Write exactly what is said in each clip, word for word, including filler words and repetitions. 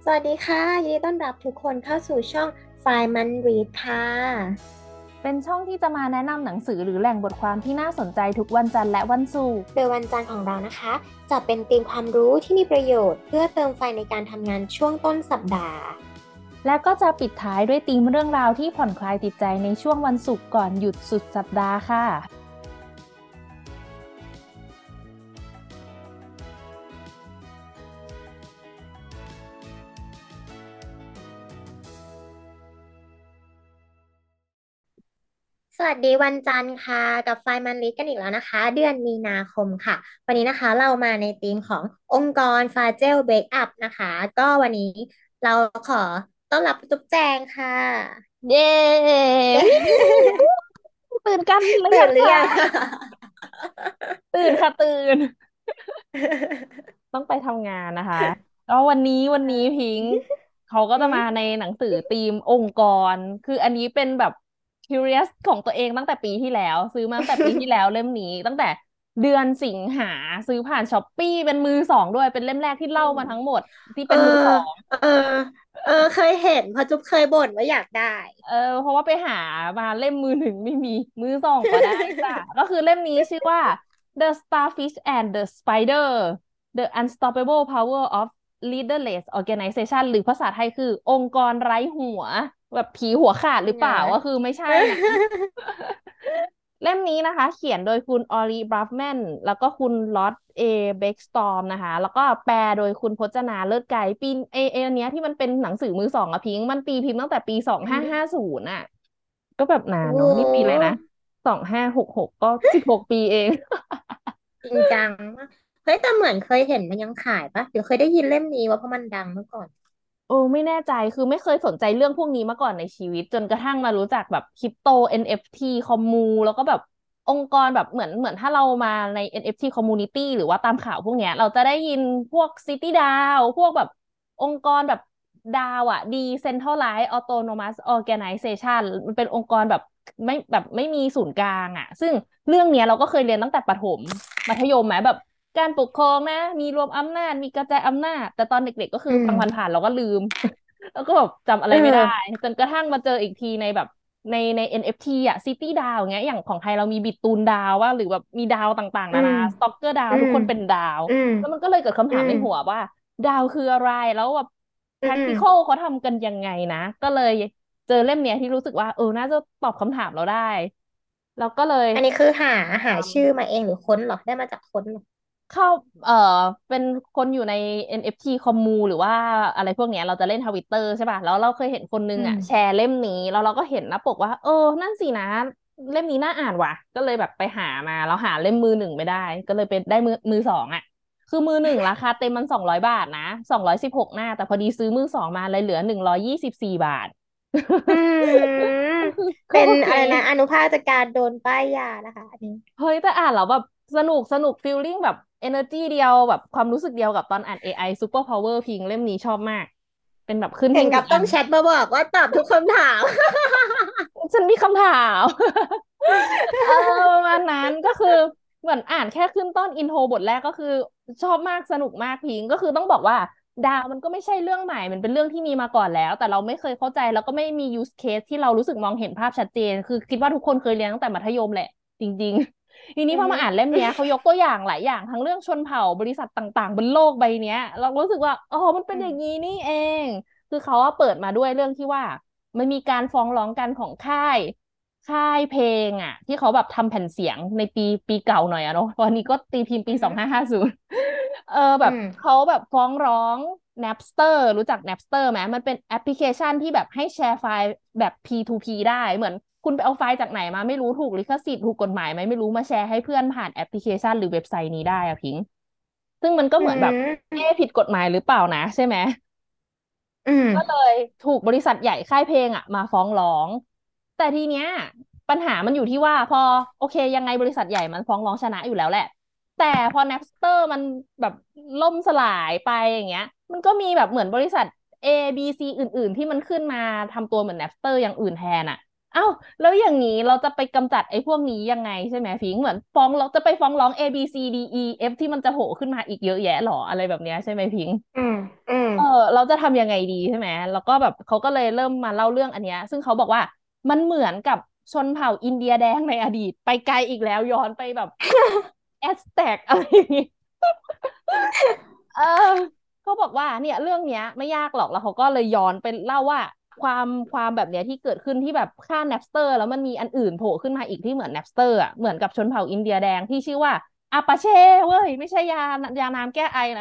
สวัสดีค่ะยินดีต้อนรับทุกคนเข้าสู่ช่อง Five Man Read ค่ะเป็นช่องที่จะมาแนะนำหนังสือหรือแหล่งบทความที่น่าสนใจทุกวันจันทร์และวันศุกร์โดยวันจันทร์ของเรานะคะจะเป็นธีมความรู้ที่มีประโยชน์เพื่อเติมไฟในการทำงานช่วงต้นสัปดาห์และก็จะปิดท้ายด้วยธีมเรื่องราวที่ผ่อนคลายจิตใจในช่วงวันศุกร์ก่อนหยุดสุดสัปดาห์ค่ะสวัสดีวันจันทร์ค่ะกับไฟมันลิสกันอีกแล้วนะคะเดือนมีนาคมค่ะวันนี้นะคะเรามาในธีมขององค์กรฟาเจลเบรกอัพนะคะก็วันนี้เราขอต้อนรับจุ๊บแจงค่ะเย้วิวตื่นกันหรือตื่ยังคะนหรือยังตื่นค่ะตื่น ต้องไปทำงานนะคะก็วันนี้วันนี้พิงค์เขาก็จะอืมมาในหนังสือธีมองค์กรคืออันนี้เป็นแบบ curious ของตัวเองตั้งแต่ปีที่แล้วซื้อมาตั้งแต่ปีที่แล้วเล่มนี้ตั้งแต่เดือนสิงหาซื้อผ่านช้อปปี้เป็นมือสองด้วยเป็นเล่มแรกที่เล่าอืมมาทั้งหมดที่เออเป็นมือสองเออเออเคยเห็นเพอจุ๊บเคยบ่นว่าอยากได้เออเพราะว่าไปหามาเล่มมือหนึ่งไม่มีมือสองก็ได้จ้ะก็คือเล่มนี้ชื่อว่า The Starfish and the Spider The Unstoppable Power of Leaderless Organization หรือภาษาไทยคือองค์กรไร้หัวแบบผีหัวขาดหรือเปล่ายังไงวะก็คือไม่ใช่นะ เล่มนี้นะคะเขียนโดยคุณออรีบราฟแมนแล้วก็คุณลอตเอเบคสตอร์มนะคะแล้วก็แปลโดยคุณพจนาเลิศไกรปีเอเออันเนี้ยที่มันเป็นหนังสือมือสองอะพิงค์มันตีพิมพ์ตั้งแต่ปีสองอืมห้าห้าศูนย์อะก็แบบนาโอ้นเนาะนี่ปีอะไรนะสองห้าหกหกก็สิบหกปีเองจริงจังมากเฮ้ยแต่เหมือนเคยเห็นมันยังขายปะหรือเคยได้ยินเล่มนี้ว่าเพราะมันดังเมื่อก่อนโอ้ไม่แน่ใจคือไม่เคยสนใจเรื่องพวกนี้มาก่อนในชีวิตจนกระทั่งมารู้จักแบบคริปโต เอ็น เอฟ ที คอมมูแล้วก็แบบองค์กรแบบเหมือนเหมือนถ้าเรามาใน เอ็น เอฟ ที Community หรือว่าตามข่าวพวกเนี้ยเราจะได้ยินพวก City ดาวพวกแบบองค์กรแบบดาวอะ Decentralized Autonomous Organization มันเป็นองค์กรแบบไม่แบบไม่มีศูนย์กลางอะซึ่งเรื่องเนี้ยเราก็เคยเรียนตั้งแต่ประถมมัธยมไหมแบบ การปกครองนะมีรวมอำนาจมีกระจายอำนาจแต่ตอนเด็กๆก็คืออืฟังมผ่านๆเราก็ลืมแล้วก็แบบจำอะเอไรไม่ได้อจนกระทั่งมาเจออีกทีในแบบในใน เอ็น เอฟ ที อฟทีอ่ะซิตี้ดาวอย่างเงี้ยอย่างของไทยเรามีบิตตูนดาวว่าหรือแบบมีดาวต่างๆนานาอืมสต็อกเกอร์ดาวอืมทุกคนเป็นดาวอืมแล้วมันก็เลยเกิดคำถามในอืมหัวว่าดาวคืออะไรแล้วแบบอืม practical เขาทำกันยังไงนะก็เลยเจอเล่มเนี้ยที่รู้สึกว่าเออน่าจะตอบคำถามเราได้แล้วก็เลยอันนี้คือหาหาทำชื่อมาเองหรือค้นหรอได้มาจากค้นหรอเข้าเอ่อเป็นคนอยู่ใน เอ็น เอฟ ที คอมมูหรือว่าอะไรพวกเนี้ยเราจะเล่นทวิตเตอร์ใช่ป่ะแล้วเราเคยเห็นคนนึงอืมอ่ะแชร์เล่มนี้แล้วเราก็เห็นหน้าปกว่าเออนั่นสินะเล่มนี้น่าอ่านว่ะก็เลยแบบไปหามาแล้วหาเล่มมือหนึ่งไม่ได้ก็เลยเป็นได้มือมือสองอ่ะคือมือหนึ่งราคาเต็มมันสองร้อยบาทนะสองร้อยสิบหกหน้าแต่พอดีซื้อมือสองมาเลยเหลือหนึ่งร้อยยี่สิบสี่บาทอืมก็คือก็เป็นโอเคอะไรนะอนุภาคจากการโดนป้ายยานะคะอันนี้เฮ้ยแต่อ่านแล้วแบบสนุกสนุกฟีลลิ่งแบบ energy เดียวแบบความรู้สึกเดียวกับตอนอ่าน เอ ไอ Super Power พิงเล่มนี้ชอบมากเป็นแบบขึ้นถึงหิ้งอีกอันกับต้องแชทมาบอกว่าตอบทุกคำถามฉันมีคำถามเออประมาณนั้นก็คือเหมือนอ่านแค่ขึ้นต้นอินโทรบทแรกก็คือชอบมากสนุกมากพิงก็คือต้องบอกว่าดาวมันก็ไม่ใช่เรื่องใหม่มันเป็นเรื่องที่มีมาก่อนแล้วแต่เราไม่เคยเข้าใจแล้วก็ไม่มี use case ที่เรารู้สึกมองเห็นภาพชัดเจนคือคิดว่าทุกคนเคยเรียนตั้งแต่มัธยมแหละจริงๆ ทีนี้อือฮึพอมาอ่านเล่มเนี้ยเขายกตัวอย่างหลายอย่างทั้งเรื่องชนเผ่าบริษัทต่างๆบนโลกใบเนี้ยเรารู้สึกว่าอ๋อมันเป็นอืมอย่างนี้นี่เองคือเขาว่าเปิดมาด้วยเรื่องที่ว่ามันมีการฟ้องร้องกันของค่ายค่ายเพลงอ่ะที่เขาแบบทำแผ่นเสียงในปีปีเก่าหน่อยอะเนาะตอนนี้ก็ตีพิมพ์ปีอือฮึสองห้าห้าศูนย์เออแบบอืมเขาแบบฟ้องร้อง Napster รู้จัก Napster ไหมมันเป็นแอปพลิเคชันที่แบบให้แชร์ไฟล์แบบ พี ทู พี ได้เหมือน คุณไปเอาไฟล์จากไหนมาไม่รู้ถูกลิขสิทธิ์ถูกกฎหมายไหมไม่รู้มาแชร์ให้เพื่อนผ่านแอปพลิเคชันหรือเว็บไซต์นี้ได้อะพิงค์ซึ่งมันก็อืเหมือนแบบเอ๊ะมผิดกฎหมายหรือเปล่านะใช่ไหมอืมก็เลยถูกบริษัทใหญ่ค่ายเพลงอ่ะมาฟ้องร้องแต่ทีเนี้ยปัญหามันอยู่ที่ว่าพอโอเคยังไงบริษัทใหญ่มันฟ้องร้องชนะอยู่แล้วแหละแต่พอ Napster มันแบบล่มสลายไปอย่างเงี้ยมันก็มีแบบเหมือนบริษัท A B C อื่นๆที่มันขึ้นมาทำตัวเหมือน Napster อย่างอื่นแทนอ่ะเอ้าแล้วอย่างนี้เราจะไปกำจัดไอ้พวกนี้ยังไงใช่ไหมพิงค์เหมือนฟ้องเราจะไปฟ้องร้อง A B C D E F ที่มันจะโผล่ขึ้นมาอีกเยอะแยะหรออะไรแบบเนี้ยใช่ไหมพิงค์อืมอืมเออเราจะทำยังไงดีใช่ไหมแล้วก็แบบเขาก็เลยเริ่มมาเล่าเรื่องอันเนี้ยซึ่งเขาบอกว่ามันเหมือนกับชนเผ่าอินเดียแดงในอดีตไปไกลอีกแล้วย้อนไปแบบแอสแท็กอะไรอย่างงี้ เออเขาบอกว่าเนี่ยเรื่องเนี้ยไม่ยากหรอกแล้วเขาก็เลยย้อนไปเล่าว่าความความแบบเนี้ยที่เกิดขึ้นที่แบบฆ่าแนปสเตอร์แล้วมันมีอันอื่นโผล่ขึ้นมาอีกที่เหมือนแนปสเตอร์อ่ะเหมือนกับชนเผ่าอินเดียแดงที่ชื่อว่าอาปาเช่เว้ยไม่ใช่ยายาน้ำแก้ไอนะ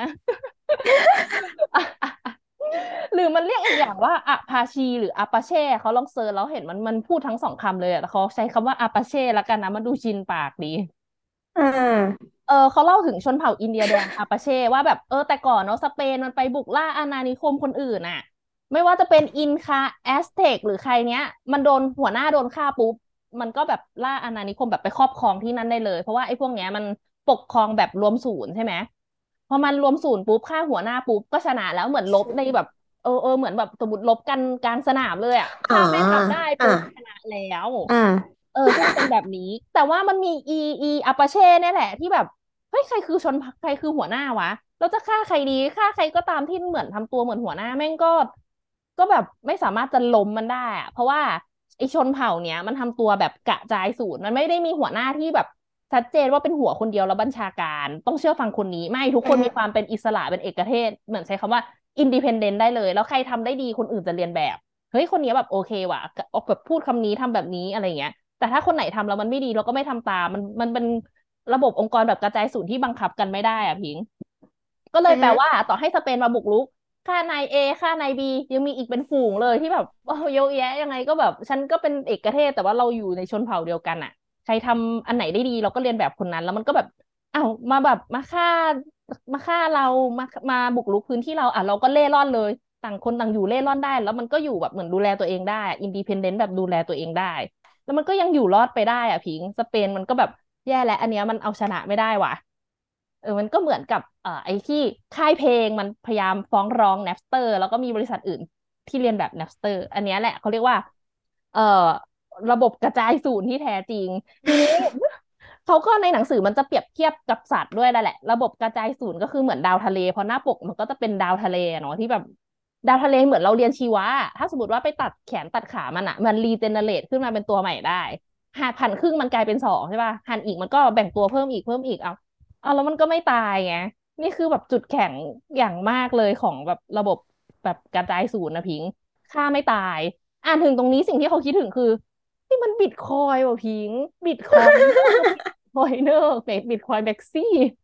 หรือมันเรียกอีกอย่างว่าอาพาชีหรืออาปาเช่เขาลองเซิร์ชแล้วเห็นมันมันพูดทั้งสองคำเลยอะแต่เขาใช้คำว่าอาปาเช่แล้วกันนะมันดูชินปากดีอ่าเออเขาเล่าถึงชนเผ่าอินเดียแดงอาปาเช่ว่าแบบเออแต่ก่อนเนาะสเปนมันไปบุกล่าอาณานิคมคนอื่นน่ะไม่ว่าจะเป็นอินคาแอสเท็กหรือใครเนี้ยมันโดนหัวหน้าโดนฆ่าปุ๊บมันก็แบบล่าอาณานิคมแบบไปครอบครองที่นั่นได้เลยเพราะว่าไอ้พวกเนี้ยมันปกครองแบบรวมศูนย์ใช่ไหมพอมันรวมศูนย์ปุ๊บฆ่าหัวหน้าปุ๊บก็ชนะแล้วเหมือนลบในแบบเออเออเหมือนแบบสมมติลบกันกลางสนามเลยอ่ะอ๋อฆ่าแม่ทัพได้อ่าปุ๊บชนะแล้วอ่าเออซึ่งเป็นแบบนี้แต่ว่ามันมีอีอีอาปาเช่เนี่ยแหละที่แบบเฮ้ยใครคือชนใครคือหัวหน้าวะเราจะฆ่าใครดีฆ่าใครก็ตามที่เหมือนทำตัวเหมือนหัวหน้าแม่งก็ก็แบบไม่สามารถจะล้มมันได้อะเพราะว่าไอชนเผ่าเนี้ยมันทำตัวแบบกระจายศูนย์มันไม่ได้มีหัวหน้าที่แบบชัดเจนว่าเป็นหัวคนเดียวแล้วบัญชาการต้องเชื่อฟังคนนี้ไม่ทุกคนมีความเป็นอิสระเป็นเอกเทศเหมือนใช้คำว่าอินดิเพนเดนต์ได้เลยแล้วใครทำได้ดีคนอื่นจะเรียนแบบเฮ้ยคนนี้แบบโอเคว่ะแบบพูดคำนี้ทำแบบนี้อะไรเงี้ย แต่ถ้าคนไหนทำแล้วมันไม่ดีเราก็ไม่ทำตามมันมันเป็นระบบองค์กรแบบกระจายศูนย์ที่บังคับกันไม่ได้อะพิงค์ก็เลยอืมแปลว่าต่อให้สเปนมาบุกรุกค่านายเอค่านายบียังมีอีกเป็นฝูงเลยที่แบบโอ้เยอะแยะยังไงก็แบบฉันก็เป็นเอกเทศแต่ว่าเราอยู่ในชนเผ่าเดียวกันอะใครทำอันไหนได้ดีเราก็เรียนแบบคนนั้นแล้วมันก็แบบอ้าวมาแบบมาฆ่ามาฆ่าเรามามาบุกรุกพื้นที่เราอ่ะเราก็เล่ร่อนเลยต่างคนต่างอยู่เล่ร่อนได้แล้วมันก็อยู่แบบเหมือนดูแลตัวเองได้อินดีเพนเดนต์แบบดูแลตัวเองได้ แล้วมันก็ยังอยู่รอดไปได้อ่ะพิงค์สเปนมันก็แบบแย่แล้วอันเนี้ยมันเอาชนะไม่ได้ว่ะเออมันก็เหมือนกับเอ่อไอ้ที่ค่ายเพลงมันพยายามฟ้องร้องแนปสเตอร์แล้วก็มีบริษัทอื่นที่เรียนแบบแนปสเตอร์อันเนี้ยแหละเขาเรียกว่าเอ่อระบบกระจายศูนย์ที่แท้จริงทีนี้เขาก็ในหนังสือมันจะเปรียบเทียบกับสัตว์ด้วยแหละแหละระบบกระจายศูนย์ก็คือเหมือนดาวทะเลเพราะหน้าปกมันก็จะเป็นดาวทะเลเนาะที่แบบดาวทะเลเหมือนเราเรียนชีวะถ้าสมมติว่าไปตัดแขนตัดขามันอะมันรีเจเนเรตขึ้นมาเป็นตัวใหม่ได้ หารพันครึ่งมันกลายเป็นสองใช่ป่ะหันอีกมันก็แบ่งตัวเพิ่มอีกเพิ่มอีกเอาเอาแล้วมันก็ไม่ตายไงนี่คือแบบจุดแข็งอย่างมากเลยของแบบระบบแบบกระจายศูนย์นะพิงค์ฆ่าไม่ตายอ่านถึงตรงนี้สิ่งที่เขาคิดถึงคือนี่มันบิตคอยว่ะพิงค์บิตคอยเนอร์บิตคอยเนอร์บิตคอยแบ็กซี่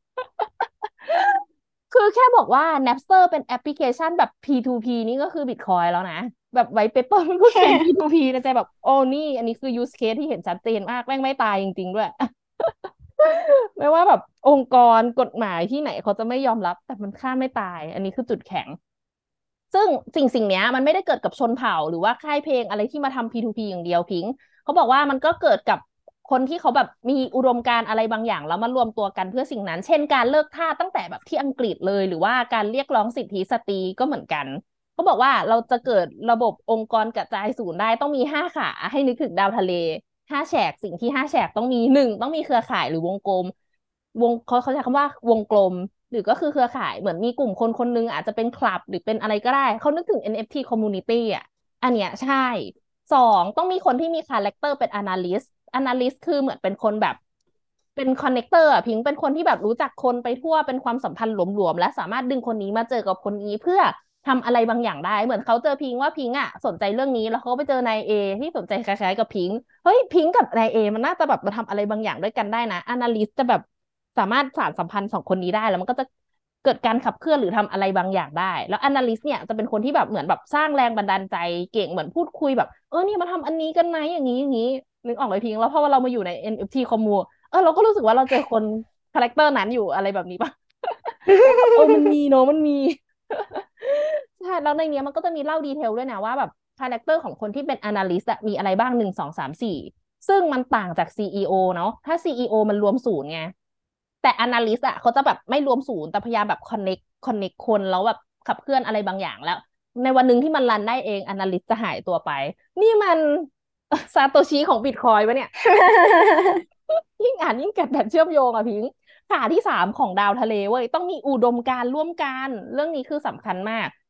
คือแค่บอกว่า Napster เป็นแอปพลิเคชันแบบ พี ทู พี นี่ก็คือ Bitcoin แล้วนะแบบไวท์เปเปอร์มันก็เขียน พี ทู พี นะใจแบบโอ้นี่อันนี้คือ use case ที่เห็นชัดเจนมากแม่งไม่ตายจริงๆด้วยไม่ว่าแบบองค์กรกฎหมายที่ไหนเขาจะไม่ยอมรับแต่มันฆ่าไม่ตายอันนี้คือจุดแข็ง ซึ่งสิ่งสิ่งเนี้ยมันไม่ได้เกิดกับชนเผ่าหรือว่าค่ายเพลงอะไรที่มาทำ พี ทู พี อย่างเดียวพิงค์เขาบอกว่ามันก็เกิดกับคนที่เขาแบบมีอุดมการณ์อะไรบางอย่างแล้วมารวมตัวกันเพื่อสิ่งนั้นเช่นการเลิกทาสตั้งแต่แบบที่อังกฤษเลยหรือว่าการเรียกร้องสิทธิสตรีก็เหมือนกันเขาบอกว่าเราจะเกิดระบบองค์กรกระจายศูนย์ได้ต้องมีห้าขาให้นึกถึงดาวทะเลห้าแฉกสิ่งที่ห้าแฉกต้องมีหนึ่งต้องมีเครือข่ายหรือวงกลมวงเขาเขาใช้คำว่าวงกลม หรือก็คือเครือข่ายเหมือนมีกลุ่มคนคนนึงอาจจะเป็นคลับหรือเป็นอะไรก็ได้เขานึกถึง เอ็น เอฟ ที community อ่ะอันเนี้ยใช่สองต้องมีคนที่มีคาแรคเตอร์เป็น analyst analyst คือเหมือนเป็นคนแบบเป็นคอนเนคเตอร์อ่ะพิงค์เป็นคนที่แบบรู้จักคนไปทั่วเป็นความสัมพันธ์หลวมๆและสามารถดึงคนนี้มาเจอกับคนนี้เพื่อทำอะไรบางอย่างได้เหมือนเขาเจอพิงค์ว่าพิงค์อ่ะสนใจเรื่องนี้แล้วเขาไปเจอนายเอที่สนใจคล้ายๆกับพิงค์เฮ้ยพิงค์กับนายเอมันน่าจะแบบมาทำอะไรบางอย่างด้วยกันได้นะ analyst จะแบบสามารถสานสัมพันธ์สองคนนี้ได้แล้วมันก็จะ เกิดการขับเคลื่อนหรือทำอะไรบางอย่างได้แล้ว analyst เนี่ยจะเป็นคนที่แบบเหมือนแบบสร้างแรงบันดาลใจเก่งเหมือนพูดคุยแบบเออเนี่ยมาทำอันนี้กันไหมอย่างนี้อย่างนี้นึกออกไหมพิงค์แล้วเพราะว่าเรามาอยู่ใน เอ็น เอฟ ที คอมมูเออเราก็รู้สึกว่าเราเจอคนคาแรคเตอร์นั้นอยู่อะไรแบบนี้ปะว่าแบบเออมันมีเนอะมันมีใช่แล้วในเนี้ยมันก็จะมีเล่าดีเทลด้วยนะว่าแบบคาแรคเตอร์ของคนที่เป็น analyst อะมีอะไรบ้างหนึ่งสองสามสี่ซึ่งมันต่างจาก ซี อี โอ เนาะถ้า ซี อี โอ มันรวมศูนย์ไง แต่ analyst อะเขาจะแบบไม่รวมศูนย์แต่พยายามแบบ connect connect คนแล้วแบบขับเคลื่อนอะไรบางอย่างแล้วในวันหนึ่งที่มันรันได้เอง analyst จะหายตัวไปนี่มันซาโตชิของบิตคอยปะเนี่ยยิ่งอ่านยิ่งเกิดแบบเชื่อมโยงอ่ะพิงค์ขาที่สามของดาวทะเลเว้ยต้องมีอุดมการณ์ร่วมกันเรื่องนี้คือสำคัญมาก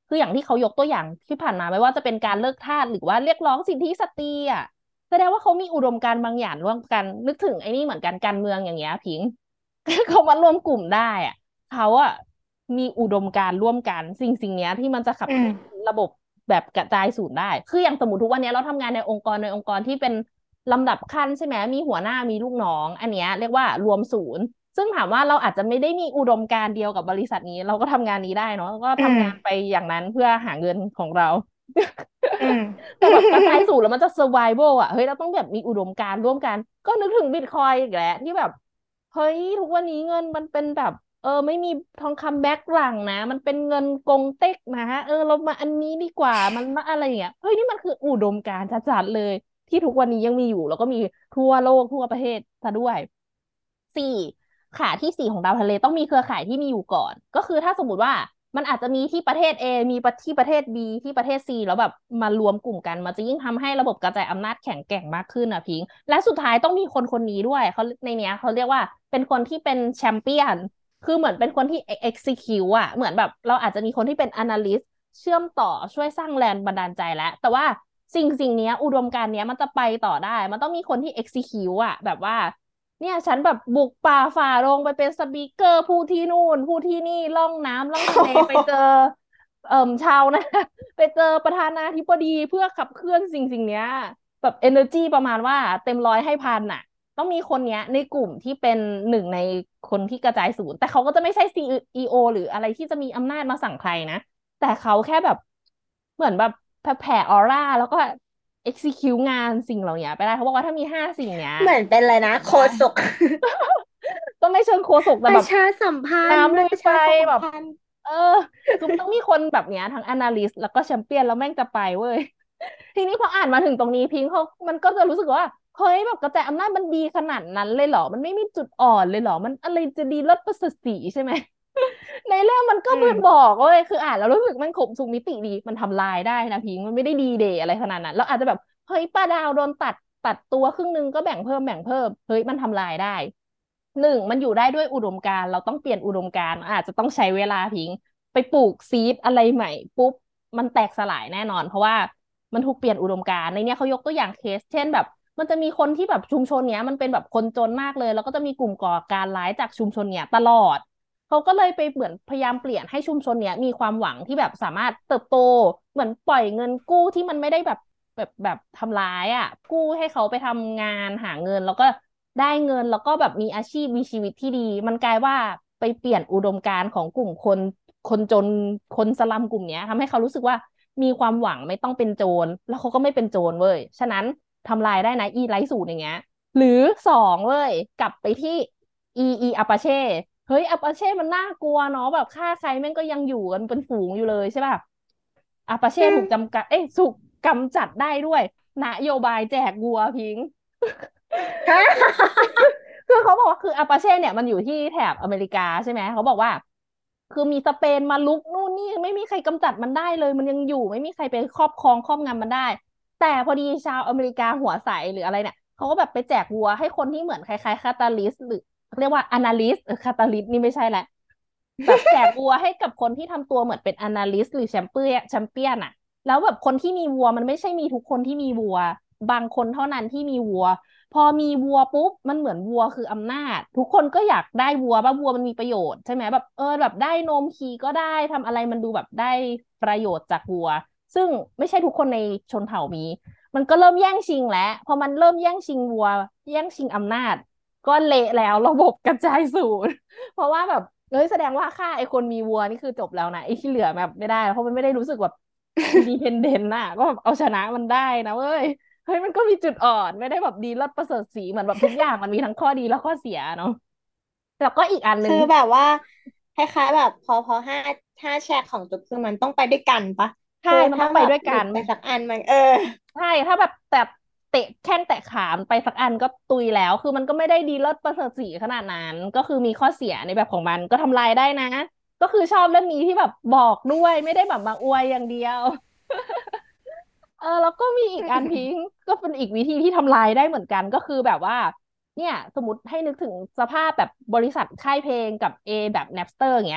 คืออย่างที่เขายกตัวอย่างที่ผ่านมาไม่ว่าจะเป็นการเลิกทาสหรือว่าเรียกร้องสิทธิสตรีอ่ะแสดงว่าเขามีอุดมการณ์บางอย่างร่วมกันนึกถึงไอ้นี่เหมือนกันการเมืองอย่างเงี้ยพิงค์เขามารวมกลุ่มได้อ่ะเขาอ่ะมีอุดมการณ์ร่วมกันสิ่งสิ่งเนี้ยที่มันจะขับอืมเคลื่อนระบบแบบกระจายศูนย์ได้คืออย่างสมมติทุกวันนี้เราทำงานในองค์กรในองค์กรที่เป็นลำดับขั้นใช่ไหมมีหัวหน้ามีลูกน้องอันเนี้ยเรียกว่ารวมศูนย์ ซึ่งถามว่าเราอาจจะไม่ได้มีอุดมการณ์เดียวกับบริษัทนี้เราก็ทำงานนี้ได้เนาะก็อืมทำงานไปอย่างนั้นเพื่อหาเงินของเราอืมแต่แบบกระจายสู งแล้วมันจะ survival อ่ะเฮ้ยเราต้องแบบมีอุดมการณ์ร่วมกันก็นึกถึงบิตคอยอีกแล้วที่แบบเฮ้ยทุกวันนี้เงินมันเป็นแบบเออไม่มีทองคำแบ็คหลังนะมันเป็นเงินกงเต็กนะเออเรามาอันนี้ดีกว่ามันมาอะไรอย่างเงี้ยเฮ้ยนี่มันคืออุดมการณ์ชัดๆเลยที่ทุกวันนี้ยังมีอยู่แล้วก็มีทั่วโลกทั่วประเทศซะด้วย สี่ขาที่สี่ของดาวทะเลต้องมีเครือข่ายที่มีอยู่ก่อนก็คือถ้าสมมติว่ามันอาจจะมีที่ประเทศ A มีที่ประเทศ B ที่ประเทศ C แล้วแบบมารวมกลุ่มกันมันจะยิ่งทำให้ระบบกระจายอำนาจแข็งแกร่งมากขึ้นอ่ะพิงค์และสุดท้ายต้องมีคนคนนี้ด้วยเขาในเนี้ยเขาเรียกว่าเป็นคนที่เป็นแชมเปี้ยนคือเหมือนเป็นคนที่ execute อ่ะเหมือนแบบเราอาจจะมีคนที่เป็น analyst เชื่อมต่อช่วยสร้างแรงบันดาลใจแล้วแต่ว่าสิ่งสิ่งเนี้ยอุดมการณ์เนี้ยมันจะไปต่อได้มันต้องมีคนที่ execute อ่ะแบบว่า เนี่ยฉันแบบบุกป่าฝ่าดงไปเป็นสปีกเกอร์ผู้ที่นู่นผู้ที่นี่ล่องน้ำล่องทะเลไปเจอเอ่มชาวนะไปเจอประธานาธิบดีเพื่อขับเคลื่อนสิ่งสิ่งเนี้ยแบบ energy ประมาณว่าเต็มร้อยให้พันน่ะต้องมีคนเนี้ยในกลุ่มที่เป็นหนึ่งในคนที่กระจายศูนย์แต่เขาก็จะไม่ใช่ ซี อี โอ หรืออะไรที่จะมีอำนาจมาสั่งใครนะแต่เขาแค่แบบเหมือนแบบแผ่ออร่าแล้วก็ execute งานสิ่งเหล่านี้ไปได้เขาบอกว่าถ้ามีห้าสิ่งเนี้ยเหมือนเป็นอะไรนะโคได้ศกก็ไม่เชิงโฆษกประแต่แบบชาสัมพันธ์ปน้ำลุยไประชาสัมแบบพันธ์เออคือมันต้องมีคนแบบเนี้ยทั้ง analyst แล้วก็แชมเปี้ยนแล้วแม่งจะไปเว้ยทีนี้พออ่านมาถึงตรงนี้พิงค์เขามันก็จะรู้สึกว่าเฮ้ยแบบกระจายอำนาจมันดีขนาดนั้นเลยเหรอมันไม่มีจุดอ่อนเลยเหรอมันอะไรจะดีเลิศประเสริฐศรีใช่ไหมในเรื่องมันก็อืมไปบอกเว้ยคืออ่านแล้วรู้สึกมันครบทุกมิติดีมันทำลายได้นะพิงค์มันไม่ได้ดีเดย์อะไรขนาดนั้นแล้วอาจจะแบบเฮ้ยป้าดาวโดนตัดตัดตัวครึ่งนึงก็แบ่งเพิ่มแบ่งเพิ่มเฮ้ยมันทำลายได้ หนึ่งมันอยู่ได้ด้วยอุดมการณ์เราต้องเปลี่ยนอุดมการณ์อาจจะต้องใช้เวลาพิงไปปลูกซีดอะไรใหม่ปุ๊บมันแตกสลายแน่นอนเพราะว่ามันถูกเปลี่ยนอุดมการณ์ในเนี้ยเขายกตัวอย่างเคสเช่นแบบมันจะมีคนที่แบบชุมชนเนี้ยมันเป็นแบบคนจนมากเลยแล้วก็จะมีกลุ่มก่อการร้ายจากชุมชนเนี้ยตลอดเขาก็เลยไปเหมือนพยายามเปลี่ยนให้ชุมชนเนี้ยมีความหวังที่แบบสามารถเติบโตเหมือนปล่อยเงินกู้ที่มันไม่ได้แบบแบบแบบทำร้ายอ่ะกู้ให้เขาไปทำงานหาเงินแล้วก็ ได้เงินแล้วก็แบบมีอาชีพมีชีวิตที่ดีมันกลายว่าไปเปลี่ยนอุดมการณ์ของกลุ่มคนคนจนคนสลัมกลุ่มเนี้ยทำให้เขารู้สึกว่ามีความหวังไม่ต้องเป็นโจรแล้วเขาก็ไม่เป็นโจรเว้ยฉะนั้นทำลายได้นะอีไลท์สูตรอย่างเงี้ยหรือสองเว้ยกลับไปที่อีอีอาปาเช่เฮ้ยอาปาเช่มันน่ากลัวเนาะแบบฆ่าใครแม่งก็ยังอยู่กันเป็นฝูงอยู่เลยใช่ป่ะอาปาเช่อืมถูกจำกัดเอ้ยถูกกำจัดได้ด้วยนโยบายแจกวัวพิงฮะคือเขาบอกว่าคืออาปาเช่เนี่ยมันอยู่ที่แถบอเมริกาใช่ไหมเขาบอกว่าคือมีสเปนมาลุกนู่นนี่ไม่มีใครกำจัดมันได้เลยมันยังอยู่ไม่มีใครไปครอบครองครอบงำมันได้แต่พอดีชาวอเมริกาหัวใสหรืออะไรเนี่ยเขาก็แบบไปแจกวัวให้คนที่เหมือนคล้ายๆคาตาลิสหรือเรียกว่าอนาลิสเออคาตาลิสนี่ไม่ใช่แหละแบบแจกวัวให้กับคนที่ทำตัวเหมือนเป็นอนาลิสหรือแชมเปี้ยนแชมเปี้ยนอะแล้วแบบคนที่มีวัวมันไม่ใช่มีทุกคนที่มีวัวบางคนเท่านั้นที่มีวัว พอมีวัวปุ๊บมันเหมือนวัวคืออำนาจทุกคนก็อยากได้วัวป่ะวัวมันมีประโยชน์ใช่ไหมแบบเออแบบได้นมขี่ก็ได้ทำอะไรมันดูแบบได้ประโยชน์จากวัวซึ่งไม่ใช่ทุกคนในชนเผ่ามีมันก็เริ่มแย่งชิงแล้วพอมันเริ่มแย่งชิงวัวแย่งชิงอำนาจก็เละแล้วระบบกระจายศูนย์เพราะว่าแบบเอ้ยแสดงว่าค่าไอ้คนมีวัวนี่คือจบแล้วนะไอ้ที่เหลือแบบไม่ได้เพราะมันไม่ได้รู้สึกแบบอินดิเพนเดนต์น่ะก็แบบเอาชนะมันได้นะเว้ย เฮ้ยมันก็มีจุดอ่อนไม่ได้แบบดีเลิศประเสริฐศรีเหมือนแบบทุกอย่างมันมีทั้งข้อดีและข้อเสียเนาะแล้วก็อีกอันหนึ่คืองแบบว่าคล้ายๆแบบพอพอห้าห้าแชร์ของจุดคือมันต้องไปด้วยกันปะใช่คือมันต้องไปถ้าแบบด้วยกันหลุดไปสักอันมันเออใช่ถ้าแบบแต่เตะแข้งแตะขามไปสักอันก็ตุยแล้วคือมันก็ไม่ได้ดีเลิศประเสริฐศรีขนาดนั้นก็คือมีข้อเสียในแบบของมันก็ทำลายได้นะก็คือชอบเรื่องนี้ที่แบบบอกด้วยไม่ได้แบบมาอวยอย่างเดียว เออแล้วก็มีอีกอันพิงค์ก็เป็นอีกวิธีที่ทำลายได้เหมือนกันก็คือแบบว่าเนี่ยสมมติให้นึกถึงสภาพแบบบริษัทค่ายเพลงกับ A แบบ Napster อย่างเงี้ย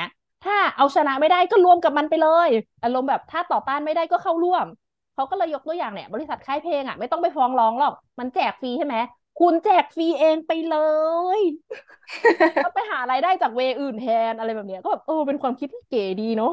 ถ้าเอาชนะไม่ได้ก็รวมกับมันไปเลยอารมณ์แบบถ้าต่อต้านไม่ได้ก็เข้าร่วมเขาก็เลยยกตัวอย่างเนี่ยบริษัทค่ายเพลงอ่ะไม่ต้องไปฟ้องร้องหรอกมันแจกฟรีใช่ไหมคุณแจกฟรีเองไปเลยก็ไปหารายได้จากเวย์อื่นแทนอะไรแบบเนี้ยก็แบบเออเป็นความคิดที่เก๋ดีเนาะ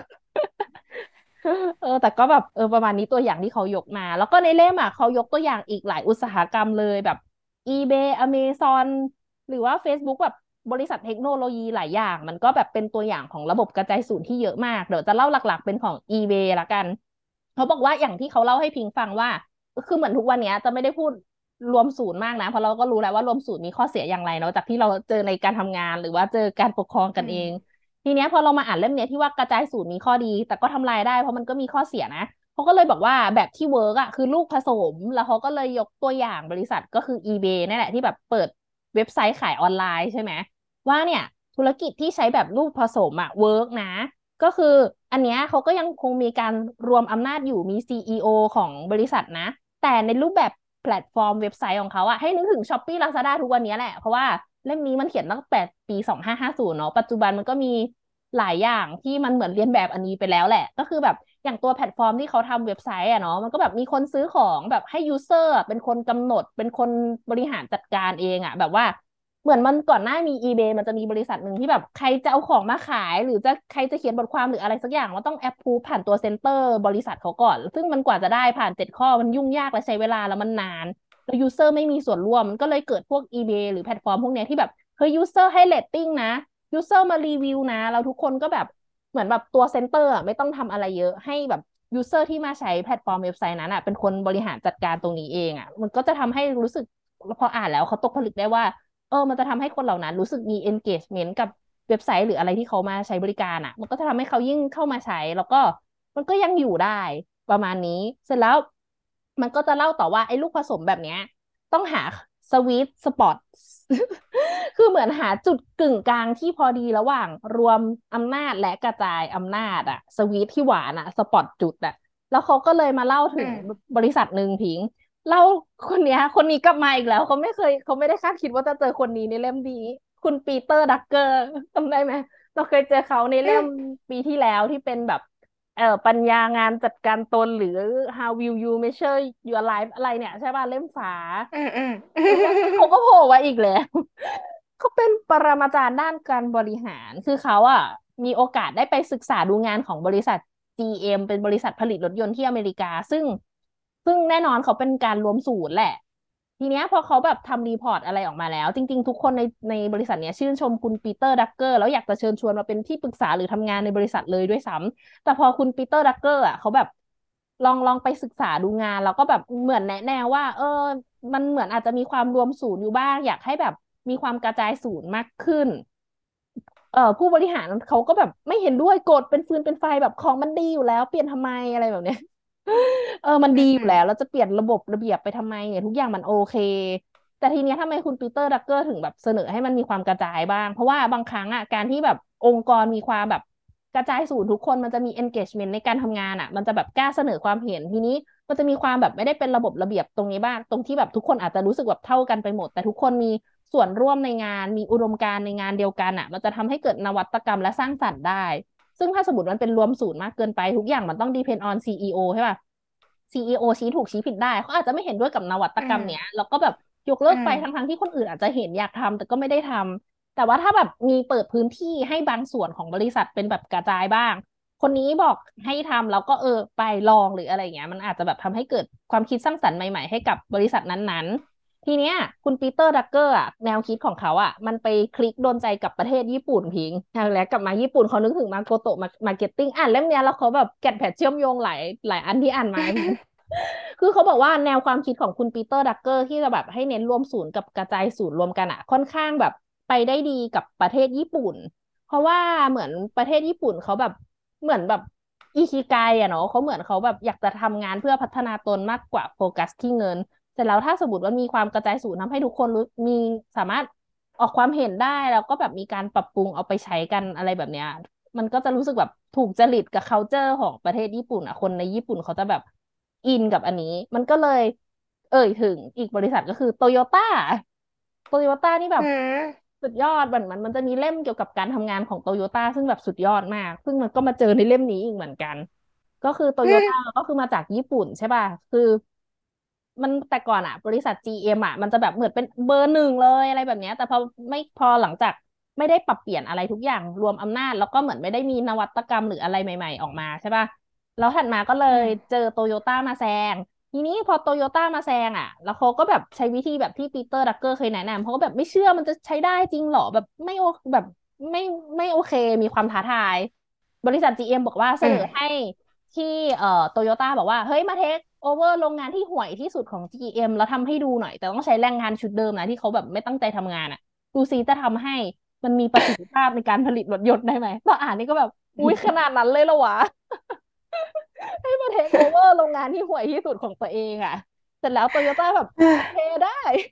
เออแต่ก็แบบเออประมาณนี้ตัวอย่างที่เขายกมาแล้วก็ในเล่มอ่ะเขายกตัวอย่างอีกหลายอุตสาหกรรมเลยแบบ eBay Amazon หรือว่า Facebook แบบบริษัทเทคโนโลยีหลายอย่างมันก็แบบเป็นตัวอย่างของระบบกระจายศูนย์ที่เยอะมากเดี๋ยวจะเล่าหลักๆเป็นของ eBay ละกันเขาบอกว่าอย่างที่เขาเล่าให้พิงฟังว่าคือเหมือนทุกวันเนี้ยจะไม่ได้พูดรวมศูนย์มากนะเพราะเราก็รู้แล้วว่ารวมศูนย์มีข้อเสียอย่างไรเนาะจากที่เราเจอในการทำงานหรือว่าเจอการปกครองอืกันเองมทีเนี้ยพอเรามาอ่านเล่มเนี้ยที่ว่ากระจายศูนย์มีข้อดีแต่ก็ทำลายได้เพราะมันก็มีข้อเสียนะเขาก็เลยบอกว่าแบบที่เวิร์กอ่ะคือลูกผสมแล้วเขาก็เลยยกตัวอย่างบริษัทก็คือ eBay นั่นแหละที่แบบเปิดเว็บไซต์ขายออนไลน์ใช่ไหมว่าเนี่ยธุรกิจที่ใช้แบบลูกผสมอ่ะเวิร์กนะก็คืออันเนี้ยเขาก็ยังคงมีการรวมอำนาจอยู่มี ซี อี โอ ของบริษัทนะแต่ในรูปแบบแพลตฟอร์มเว็บไซต์ของเขาอะให้นึกถึง Shopee Lazada ทุกวันนี้แหละเพราะว่าเล่มนี้มันเขียนตั้งแต่ปีสองพันห้าร้อยห้าสิบเนาะปัจจุบันมันก็มี หลายอย่างที่มันเหมือนเรียนแบบอันนี้ไปแล้วแหละก็คือแบบอย่างตัวแพลตฟอร์มที่เขาทำเว็บไซต์อะเนาะมันก็แบบมีคนซื้อของแบบให้ยูเซอร์เป็นคนกำหนดเป็นคนบริหารจัดการเองอะแบบว่าเหมือนมันก่อนหน้ามี eBay มันจะมีบริษัทหนึ่งที่แบบใครจะเอาของมาขายหรือจะใครจะเขียนบทความหรืออะไรสักอย่างมันต้องแอปพูผ่านตัวเซ็นเตอร์บริษัทเขาก่อนซึ่งมันกว่าจะได้ผ่านเจ็ดข้อมันยุ่งยากและใช้เวลาแล้วมันนานแล้วยูเซอร์ไม่มีส่วนร่วมมันก็เลยเกิดพวก eBay หรือแพลตฟอร์มพวกเนี้ยที่แบบเฮ้ยยูเซอร์ให้เรตติ้งนะ ยูเซอร์มารีวิวนะแล้วทุกคนก็แบบเหมือนแบบตัวเซ็นเตอร์อะไม่ต้องทำอะไรเยอะให้แบบยูเซอร์ที่มาใช้แพลตฟอร์มเว็บไซต์นั้นอ่ะเป็นคนบริหารจัดการตรงนี้เองอ่ะมันก็จะทำให้รู้สึกพออ่านแล้วเขาตกผลึกได้ว่าเออมันจะทำให้คนเหล่านั้นรู้สึกมี engagement กับเว็บไซต์หรืออะไรที่เขามาใช้บริการอ่ะมันก็จะทำให้เขายิ่งเข้ามาใช้แล้วก็มันก็ยังอยู่ได้ประมาณนี้เสร็จแล้วมันก็จะเล่าต่อว่าไอ้ลูกผสมแบบเนี้ย ต้องหาสวีทสปอตคือเหมือนหาจุดกึ่งกลางที่พอดีระหว่างรวมอำนาจและกระจายอำนาจอะสวีทที่หวานอะสปอตจุดอะแล้วเขาก็เลยมาเล่าถึงอืมบริษัทหนึ่งพิงเล่าคนเนี้ยคนนี้กลับมาอีกแล้วเขาไม่เคยเขาไม่ได้คาดคิดว่าจะเจอคนนี้ในเล่มนี้คุณปีเตอร์ดักเกอร์จำได้ไหมเราเคยเจอเขาในเล่มอืมปีที่แล้วที่เป็นแบบ เอ่อปัญญางานจัดการตนหรือ how will you measure your life อะไรเนี่ยใช่ป่ะเล่มฝาอืมอืมเออแล้วเขาก็โผล่มาอีกแล้วเขาเป็นปรมาจารย์ด้านการบริหารคือเขาอ่ะมีโอกาสได้ไปศึกษาดูงานของบริษัท จี เอ็ม เป็นบริษัทผลิตรถยนต์ที่อเมริกาซึ่งซึ่งแน่นอนเขาเป็นการรวมศูนย์แหละทีเนี้ยพอเขาแบบทำรีพอร์ตอะไรออกมาแล้วจริงๆทุกคนในในบริษัทเนี้ยชื่นชมคุณปีเตอร์ดักเกอร์แล้วอยากจะเชิญชวนมาเป็นที่ปรึกษาหรือทำงานในบริษัทเลยด้วยซ้ำ แต่พอคุณปีเตอร์ดักเกอร์อ่ะเขาแบบลองลองไปศึกษาดูงานแล้วก็แบบเหมือนแนะแนวว่าเออมันเหมือนอาจจะมีความรวมศูนย์อยู่บ้างอยากให้แบบมีความกระจายศูนย์มากขึ้นเออผู้บริหารเขาก็แบบไม่เห็นด้วยโกรธเป็นฟืนเป็นไฟแบบของมันดีอยู่แล้วเปลี่ยนทำไมอะไรแบบเนี้ยเออมันอืดีอยู่มแล้วเราจะเปลี่ยนระบบระเบียบไปทำไมเนี่ยทุกอย่างมันโอเคแต่ทีเนี้ยทำไมคุณปีเตอร์ดักเกอร์ถึงแบบเสนอให้มันมีความกระจายบ้างเพราะว่าบางครั้งอ่ะการที่แบบองค์กรมีความแบบ กระจายศูนย์ทุกคนมันจะมี engagement ในการทำงานอ่ะมันจะแบบกล้าเสนอความเห็นทีนี้มันจะมีความแบบไม่ได้เป็นระบบระเบียบตรงนี้บ้างตรงที่แบบทุกคนอาจจะรู้สึกแบบเท่ากันไปหมดแต่ทุกคนมีส่วนร่วมในงานมีอุดมการณ์ในงานเดียวกันอ่ะมันจะทำให้เกิดนวัตกรรมและสร้างสรรค์ได้ซึ่งถ้าสมมติมันเป็นรวมศูนย์มากเกินไปทุกอย่างมันต้อง depend on ซี อี โอ ใช่ป่ะ ซี อี โอ ชี้ถูกชี้ผิดได้เขาอาจจะไม่เห็นด้วยกับนวัตอืมกรรมเนี้ยแล้วก็แบบยกเลิอืมกไปทั้งๆที่คนอื่นอาจจะเห็นอยากทำแต่ก็ไม่ได้ทำ แต่ว่าถ้าแบบมีเปิดพื้นที่ให้บางส่วนของบริษัทเป็นแบบกระจายบ้างคนนี้บอกให้ทำแล้วก็เออไปลองหรืออะไรเงี้ยมันอาจจะแบบทำให้เกิดความคิดสร้างสรรค์ใหม่ๆให้กับบริษัทนั้นๆทีเนี้ยคุณปีเตอร์ดักเกอร์อ่ะแนวคิดของเขาอ่ะมันไปคลิกโดนใจกับประเทศญี่ปุ่นพิงแล้วกลับมาญี่ปุ่นเขานึกถึงมาโกโตะมาร์เก็ตติ้งอ่านเล่มเนี้ยแล้วเขาแบบแกะแผดเชื่อมโยงหลายหลายอันที่อ่านมาพิง คือเขาบอกว่าแนวความคิดของคุณปีเตอร์ดักเกอร์ที่จะแบบให้เน้นรวมศูนย์กับกระจายศูนย์รวมกันอะค่อนข้างแบบไปได้ดีกับประเทศญี่ปุ่นเพราะว่าเหมือนประเทศญี่ปุ่นเขาแบบเหมือนแบบอิคิไกอะเนาะเขาเหมือนเขาแบบอยากจะทำงานเพื่อพัฒนาตนมากกว่าโฟกัสที่เงินเสร็จแล้วถ้าสมมติว่ามีความกระจายศูนย์ทำให้ทุกคนรู้มีสามารถออกความเห็นได้แล้วก็แบบมีการปรับปรุงเอาไปใช้กันอะไรแบบเนี้ย มันก็จะรู้สึกแบบถูกจริตกับ คัลเจอร์ ของประเทศญี่ปุ่นอ่ะคนในญี่ปุ่นเขาจะแบบอินกับอันนี้มันก็เลยเอ่ยถึงอีกบริษัทก็คือโตโยต้าโตโยต้านี่แบอืบมสุดยอดมันมันมันจะมีเล่มเกี่ยวกับการทำงานของโตโยต้าซึ่งแบบสุดยอดมากซึ่งมันก็มาเจอในเล่มนี้อีกเหมือนกันก็คือโตอืมโยต้าก็คือมาจากญี่ปุ่นใช่ป่ะคือมันแต่ก่อนอ่ะบริษัท จี เอ็ม อมอ่ะมันจะแบบเหมือนเป็นเบอร์หนึ่งเลยอะไรแบบเนี้ยแต่พอไม่พอหลังจากไม่ได้ปรับเปลี่ยนอะไรทุกอย่างรวมอำนาจแล้วก็เหมือนไม่ได้มีนวัตกรรมหรืออะไรใหม่ๆออกมาใช่ป่ะแล้วถัดมาก็เลยอืมเจอโตโยต้ามาแซง ทีนี้พอโตโยต้ามาแซงอ่ะแล้วเขาก็แบบใช้วิธีแบบที่ปีเตอร์ดักเกอร์เคยแนะนำเขาก็แบบไม่เชื่อมันจะใช้ได้จริงเหรอแบบไม่โอแบบไม่ไม่โอเคมีความท้าทายบริษัท จี เอ็ม บอกว่าเสอืมนอให้ที่เอ่อโตโยต้าบอกว่าเฮ้ยมาเทคโอเวอร์โรงงานที่ห่วยที่สุดของ จี เอ็ม แล้วทำให้ดูหน่อยแต่ต้องใช้แรงงานชุดเดิมนะที่เขาแบบไม่ตั้งใจทำงานอ่ะดูซิจะทำให้มันมีประสิทธิภาพในการผลิตรถยนต์ได้ไหมตอนอ่านนี่ก็แบบอุ๊ยขนาดนั้นเลยเหรอวะ ให้มาเทคโอเวอร์โรงงานที่ห่วยที่สุดของตัวเองอ่ะเสร็จแล้วโตโยต้าแบบโอเคได้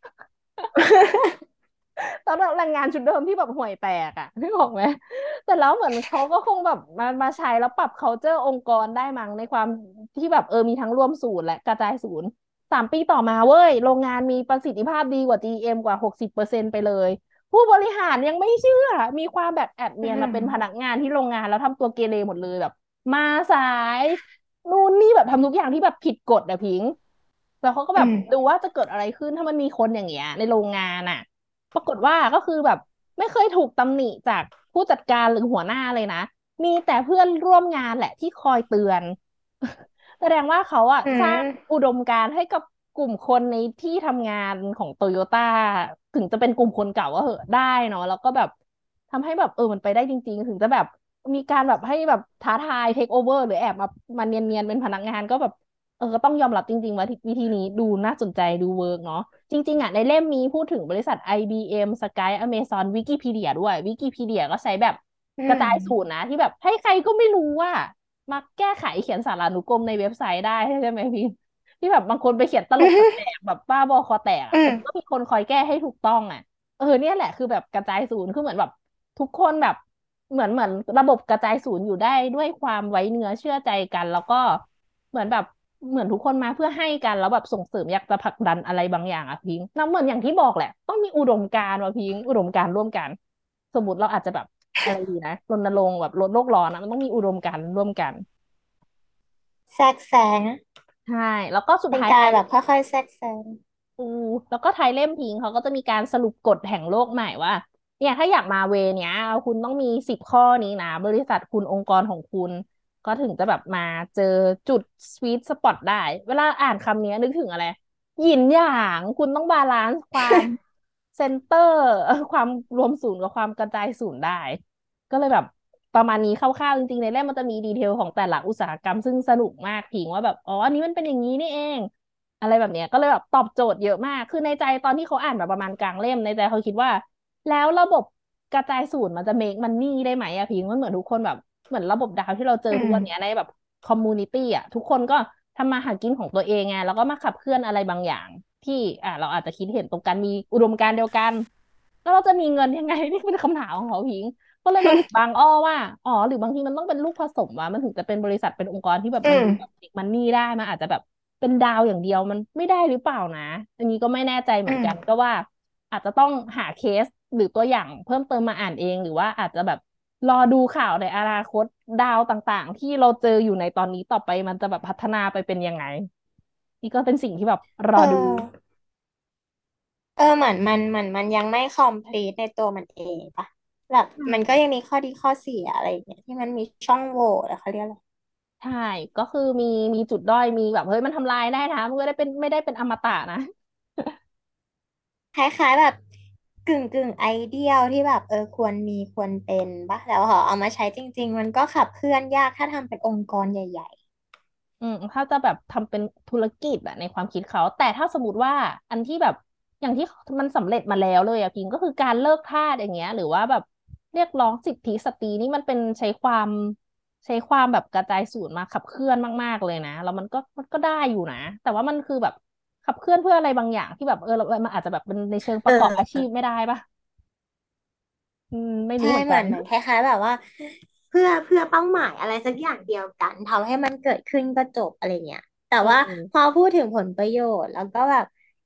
ตอนนั้นแรงงานชุดเดิมที่แบบห่วยแตกอ่ะนึกออกไหมแต่แล้วเหมือนเขาก็คงแบบมามาใช้แล้วปรับ คัลเจอร์ องค์กรได้มั้งในความที่แบบเออมีทั้งรวมศูนย์และกระจายศูนย์สามปีต่อมาเว้ยโรงงานมีประสิทธิภาพดีกว่า จี เอ็ม กว่าหกสิบเปอร์เซ็นต์ไปเลยผู้บริหารยังไม่เชื่อมีความแบบแอบอืเนียนมาเป็นพนักมงานที่โรงงานแล้วทำตัวเกเรหมดเลยแบบมาสายนู่นนี่แบบทำทุกอย่างที่แบบผิดกฎอะพิงแล้วเขาก็แบบอืมดูว่าจะเกิดอะไรขึ้นถ้ามันมีคนอย่างเงี้ยในโรงงานอะ ปรากฏว่าก็คือแบบไม่เคยถูกตำหนิจากผู้จัดการหรือหัวหน้าเลยนะมีแต่เพื่อนร่วมงานแหละที่คอยเตือนแสดงว่าเขาอะอืสร้างมอุดมการณ์ให้กับกลุ่มคนในที่ทำงานของโตโยต้าถึงจะเป็นกลุ่มคนเก่าก็เหอะได้เนาะแล้วก็แบบทำให้แบบเออมันไปได้จริงๆถึงจะแบบมีการแบบให้แบบท้าทายเทคโอเวอร์หรือแอบมามาเนียนๆเป็นพนักงานก็แบบเออก็ต้องยอมรับจริงๆว่าวิธีนี้ดูน่าสนใจดูเวิร์กเนาะ จริงๆอ่ะในเล่มนี้พูดถึงบริษัท ไอ บี เอ็ม Sky Amazon Wikipedia ด้วย Wikipedia ก็ใช้แบบอืมกระจายสูตรนะที่แบบให้ใครก็ไม่รู้ว่ามาแก้ไขเขียนสารานุกรมในเว็บไซต์ได้ใช่ไหมพี่ที่แบบบางคนไปเขียนตลอืกแปลมกๆแบบบ้าบอคอแตกอ่ะอืมแต่มันก็มีคนคอยแก้ให้ถูกต้องอ่ะเออเนี่ยแหละคือแบบกระจายศูนย์คือเหมือนแบบทุกคนแบบเหมือนเหมือนระบบกระจายศูนย์อยู่ได้ด้วยความไว้เนื้อเชื่อใจกันแล้วก็เหมือนแบบ เหมือนทุกคนมาเพื่อให้กันแล้วแบบส่งเสริมอยากจะผลักดันอะไรบางอย่างอะพิงค์แล้วเหมือนอย่างที่บอกแหละต้องมีอุดมการณ์ว่ะพิงค์อุดมการณ์ร่วมกันสมมติเราอาจจะแบบอะไรดีนะรณรงค์แบบลดโลกร้อนนะมันต้องมีอุดมการณ์ร่วมกันแทรกแซงใช่แล้วก็สุดเป็นท้ายไทยการแบบค่อยๆแทรกแซงอืมแล้วก็ไทยเล่มพิงค์เขาก็จะมีการสรุปกฎแห่งโลกใหม่ว่าเนี่ยถ้าอยากมาเวเนี้ยคุณต้องมีสิบข้อนี้นะบริษัทคุณองค์กรของคุณก็ถึงจะแบบมาเจอจุดสวีทสปอตได้เวลาอ่านคำนี้นึกถึงอะไรหยินหยางคุณต้องบาลานซ์ความเซนเตอร์ความรวมศูนย์กับความกระจายศูนย์ได้ก็เลยแบบประมาณนี้คร่าวๆจริงๆในเล่มมันจะมีดีเทลของแต่ละอุตสาหกรรมซึ่งสนุกมากพิงว่าแบบอ๋ออันนี้มันเป็นอย่างนี้นี่เอง อะไรแบบเนี้ยก็เลยแบบตอบโจทย์เยอะมาก คือในใจตอนที่เขาอ่านแบบประมาณกลางเล่มในใจเขาคิดว่าแล้วระบบกระจายศูนย์มันจะ make money ได้ไหมอะพิงค์มันเหมือนทุกคนแบบเหมือนระบบดาวที่เราเจออืทุกวันเนี้ยมในแบบคอมมูนิตี้อะทุกคนก็ทำมาหากินของตัวเองไงแล้วก็มาขับเคลื่อนอะไรบางอย่างที่อ่ะเราอาจจะคิดเห็นตรงกันมีอุดมการณ์เดียวกันแล้วเราจะมีเงินยังไงนี่เป็นคำถามของเขาพิงค์ก็เลยมาถึงบางอ้อว่าอ๋อหรือบางทีมันต้องเป็นลูกผสมวะมันถึงจะเป็นบริษัทเป็นองค์กรที่แบบอืมมันดูแบบเมกมันนี่ได้มันอาจจะแบบ เป็นดาวอย่างเดียวมันไม่ได้หรือเปล่านะอันนี้ก็ไม่แน่ใจเหมือนอืมกันก็ว่าอาจจะต้องหาเคสหรือตัวอย่างเพิ่มเติมมาอ่านเองหรือว่าอาจจะแบบรอดูข่าวในอนาคตดาวต่างๆที่เราเจออยู่ในตอนนี้ต่อไปมันจะแบบพัฒนาไปเป็นยังไงนี่ก็เป็นสิ่งที่แบบรเออดูอเออเหมือนมันเหมือนมันยังไม่ คอมพลีท ในตัวมันเองปะแบบมันก็ยังมีข้อดีข้อเสียอะไรอย่างเงี้ยที่มันมีช่องโหว่แล้วเขาเรียกอะไรใช่ก็คือมีมีจุดด้อยมีแบบเฮ้ยมันทำลายได้นะมันก็ได้เป็นไม่ได้เป็นอมตะนะคล้ายๆแบบกึ่งกึ่งไอเดียลที่แบบเออควรมีควรเป็นปะแล้วเหรอเอามาใช้จริงๆมันก็ขับเคลื่อนยากถ้าทำเป็นองค์กรใหญ่อืมถ้าจะแบบทำเป็นธุรกิจอะในความคิดเขาแต่ถ้าสมมติว่าอันที่แบบอย่างที่มันสำเร็จมาแล้วเลยอะพิงก็คือการเลิกทาสอย่างเงี้ยหรือว่าแบบเรียกร้องสิทธิสตรีนี่มันเป็นใช้ความใช้ความแบบกระจายศูนย์มาขับเคลื่อนมากๆเลยนะแล้วมันก็มันก็ได้อยู่นะแต่ว่ามันคือแบบขับเคลื่อนเพื่ออะไรบางอย่างที่แบบเออเรามันอาจจะแบบเป็นในเชิงปๆเอระกอบอาชีอพไม่ได้ปะอืมไม่รู้ใช่เหมือนกันเหมือนเหมือนคล้ายๆแบบว่าเพื่อเพื่อเป้าหมายอะไรสักอย่างเดียวกันทำให้มันเกิดขึ้นก็จบอะไรเงี้ยแต่เอว่าพออพูดถึงผลประโยชน์แล้วก็แบบ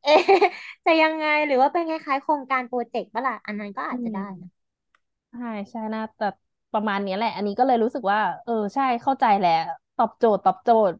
เอ๊ะจะยังไงหรือว่าเป็นคล้ายๆโครงการโปรเจกต์ปะล่ะอันนั้นก็อือาจจะได้นะมใช่ใช่น่าแต่ประมาณนี้แหละอันนี้ก็เลยรู้สึกว่าเออใช่เข้าใจแหละตอบโจทย์ตอบโจทย์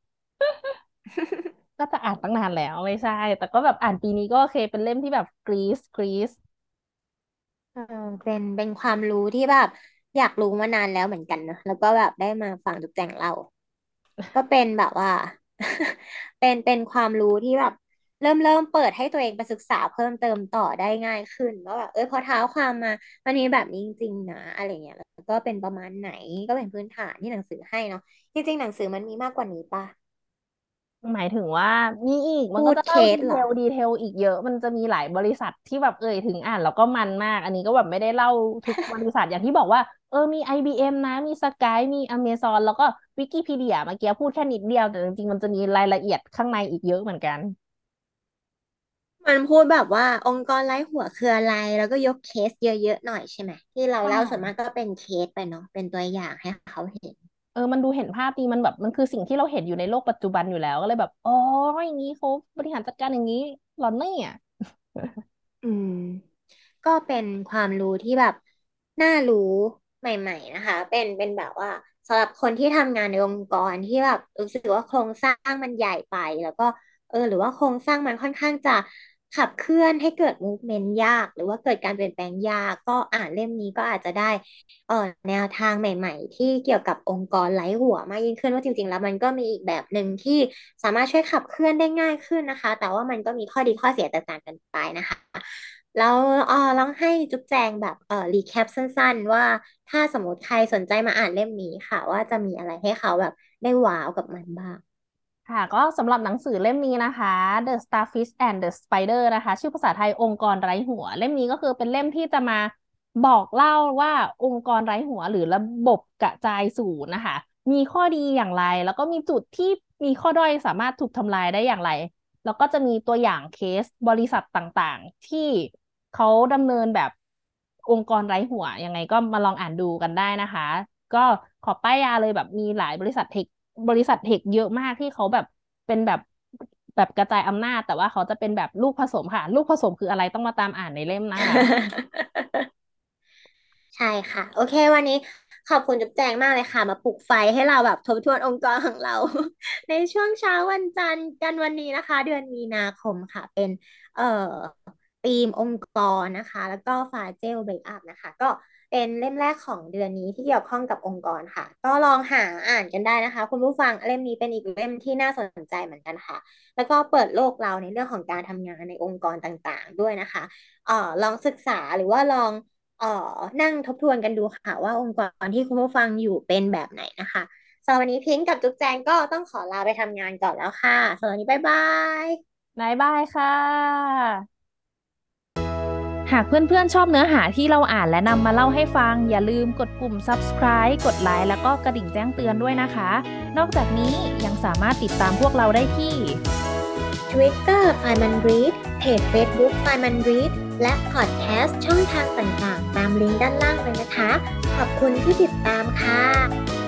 ก็จะอ่านตั้งนานแล้วไม่ใช่แต่ก็แบบอ่านปีนี้ก็โอเคเป็นเล่มที่แบบกรีซกรีซเออเป็นเป็นความรู้ที่แบบอยากรู้มานานแล้วเหมือนกันเนอะแล้วก็แบบได้มาฟังจุ๊บแจงเล่าก็เป็นแบบว่าเป็นเป็นความรู้ที่แบบเริ่มเริ่มเปิดให้ตัวเองไปศึกษาเพิ่มเติมต่อได้ง่ายขึ้นว่าแบบเออพอเท้าความมามันมีแบบนี้จริงๆนะอะไรเงี้ยแล้วก็เป็นประมาณไหนก็เป็นพื้นฐานที่หนังสือให้เนาะจริงๆหนังสือมันมีมากกว่านี้ปะหมายถึงว่ามีอีกมันพูดเคก็จะเล่าดีเทสเหรอลดีเทลอีกเยอะมันจะมีหลายบริษัทที่แบบเอ่ยถึงอ่านแล้วก็มันมากอันนี้ก็แบบไม่ได้เล่าทุกบริษัทอย่างที่บอกว่าเออมี ไอ บี เอ็ม นะมีสกายมี Amazon แล้วก็วิกิพีเดียเมื่อกี้พูดแค่นิดเดียวแต่จริงๆมันจะมีรายละเอียดข้างในอีกเยอะเหมือนกันมันพูดแบบว่าองค์กรไร้หัวคืออะไรแล้วก็ยกเคสเยอะๆหน่อยใช่ไหมที่เราใช่เล่าส่วนมากก็เป็นเคสไปเนาะเป็นตัวอย่างให้เขาเห็นเออมันดูเห็นภาพดีมันแบบมันคือสิ่งที่เราเห็นอยู่ในโลกปัจจุบันอยู่แล้วก็เลยแบบอ๋ออย่างนี้เขาบริหารจัดการอย่างนี้เหรอเนี่ยอืมก็เป็นความรู้ที่แบบน่ารู้ใหม่ๆนะคะเป็นเป็นแบบว่าสำหรับคนที่ทำงานในองค์กรที่แบบรู้สึกว่าโครงสร้างมันใหญ่ไปแล้วก็เออหรือว่าโครงสร้างมันค่อนข้างจะขับเคลื่อนให้เกิดมูฟเมนต์ยากหรือว่าเกิดการเปลี่ยนแปลงยากก็อ่านเล่มนี้ก็อาจจะได้เออแนวทางใหม่ๆที่เกี่ยวกับองค์กรไร้หัวมากยิ่งขึ้นว่าจริงๆแล้วมันก็มีอีกแบบหนึ่งที่สามารถช่วยขับเคลื่อนได้ง่ายขึ้นนะคะแต่ว่ามันก็มีข้อดีข้อเสียแตกต่างกันไปนะคะ แล้วเออลองให้จุ๊บแจงแบบเออรีแคปสั้นๆว่าถ้าสมมติใครสนใจมาอ่านเล่มนี้ค่ะว่าจะมีอะไรให้เขาแบบได้ว้าวกับมันบ้างค่ะก็สำหรับหนังสือเล่มนี้นะคะ The Starfish and the Spider นะคะชื่อภาษาไทยองค์กรไร้หัวเล่มนี้ก็คือเป็นเล่มที่จะมาบอกเล่าว่าองค์กรไร้หัวหรือระบบกระจายศูนย์นะคะมีข้อดีอย่างไรแล้วก็มีจุดที่มีข้อด้อยสามารถถูกทำลายได้อย่างไร แล้วก็จะมีตัวอย่างเคสบริษัทต่างๆที่เขาดำเนินแบบองค์กรไร้หัวยังไงก็มาลองอ่านดูกันได้นะคะก็ขอป้ายยาเลยแบบมีหลายบริษัทเทคบริษัทเทคเยอะมากที่เขาแบบเป็นแบบแบบกระจายอำนาจแต่ว่าเขาจะเป็นแบบลูกผสมค่ะลูกผสมคืออะไรต้องมาตามอ่านในเล่มนะคะใช่ค่ะโอเควันนี้ขอบคุณจุ๊บแจงมากเลยค่ะมาปลุกไฟให้เราแบบทบทวนองค์กรของเราในช่วงเช้าวันจันทร์กันวันนี้นะคะเดือนมีนาคมค่ะเป็นเอ่อธีมองค์กรนะคะแล้วก็ฟาเจลเบรกอัพนะคะก็เป็นเล่มแรกของเดือนนี้ที่เกี่ยวข้องกับองค์กรค่ะก็ลองหาอ่านกันได้นะคะคุณผู้ฟังเล่มนี้เป็นอีกเล่มที่น่าสนใจเหมือนกันค่ะแล้วก็เปิดโลกเราในเรื่องของการทำงานในองค์กรต่างๆด้วยนะคะเอ่อลองศึกษาหรือว่าลอง เอ่อนั่งทบทวนกันดูค่ะว่าองค์กรที่คุณผู้ฟังอยู่เป็นแบบไหนนะคะสำหรับวันนี้พิงค์กับจุ๊บแจงก็ต้องขอลาไปทำงานก่อนแล้วค่ะสำหรับวันนี้บ๊ายบายบ๊ายบายค่ะหากเพื่อนๆชอบเนื้อหาที่เราอ่านและนำมาเล่าให้ฟังอย่าลืมกดปุ่ม ซับสไครบ์ กดไลค์แล้วก็กระดิ่งแจ้งเตือนด้วยนะคะนอกจากนี้ยังสามารถติดตามพวกเราได้ที่ Twitter ไฟมันรีดเพจ เฟซบุ๊ก ไฟมันรีดและพอดแคสต์ช่องทางต่างๆตามลิงก์ด้านล่างเลยนะคะขอบคุณที่ติดตามค่ะ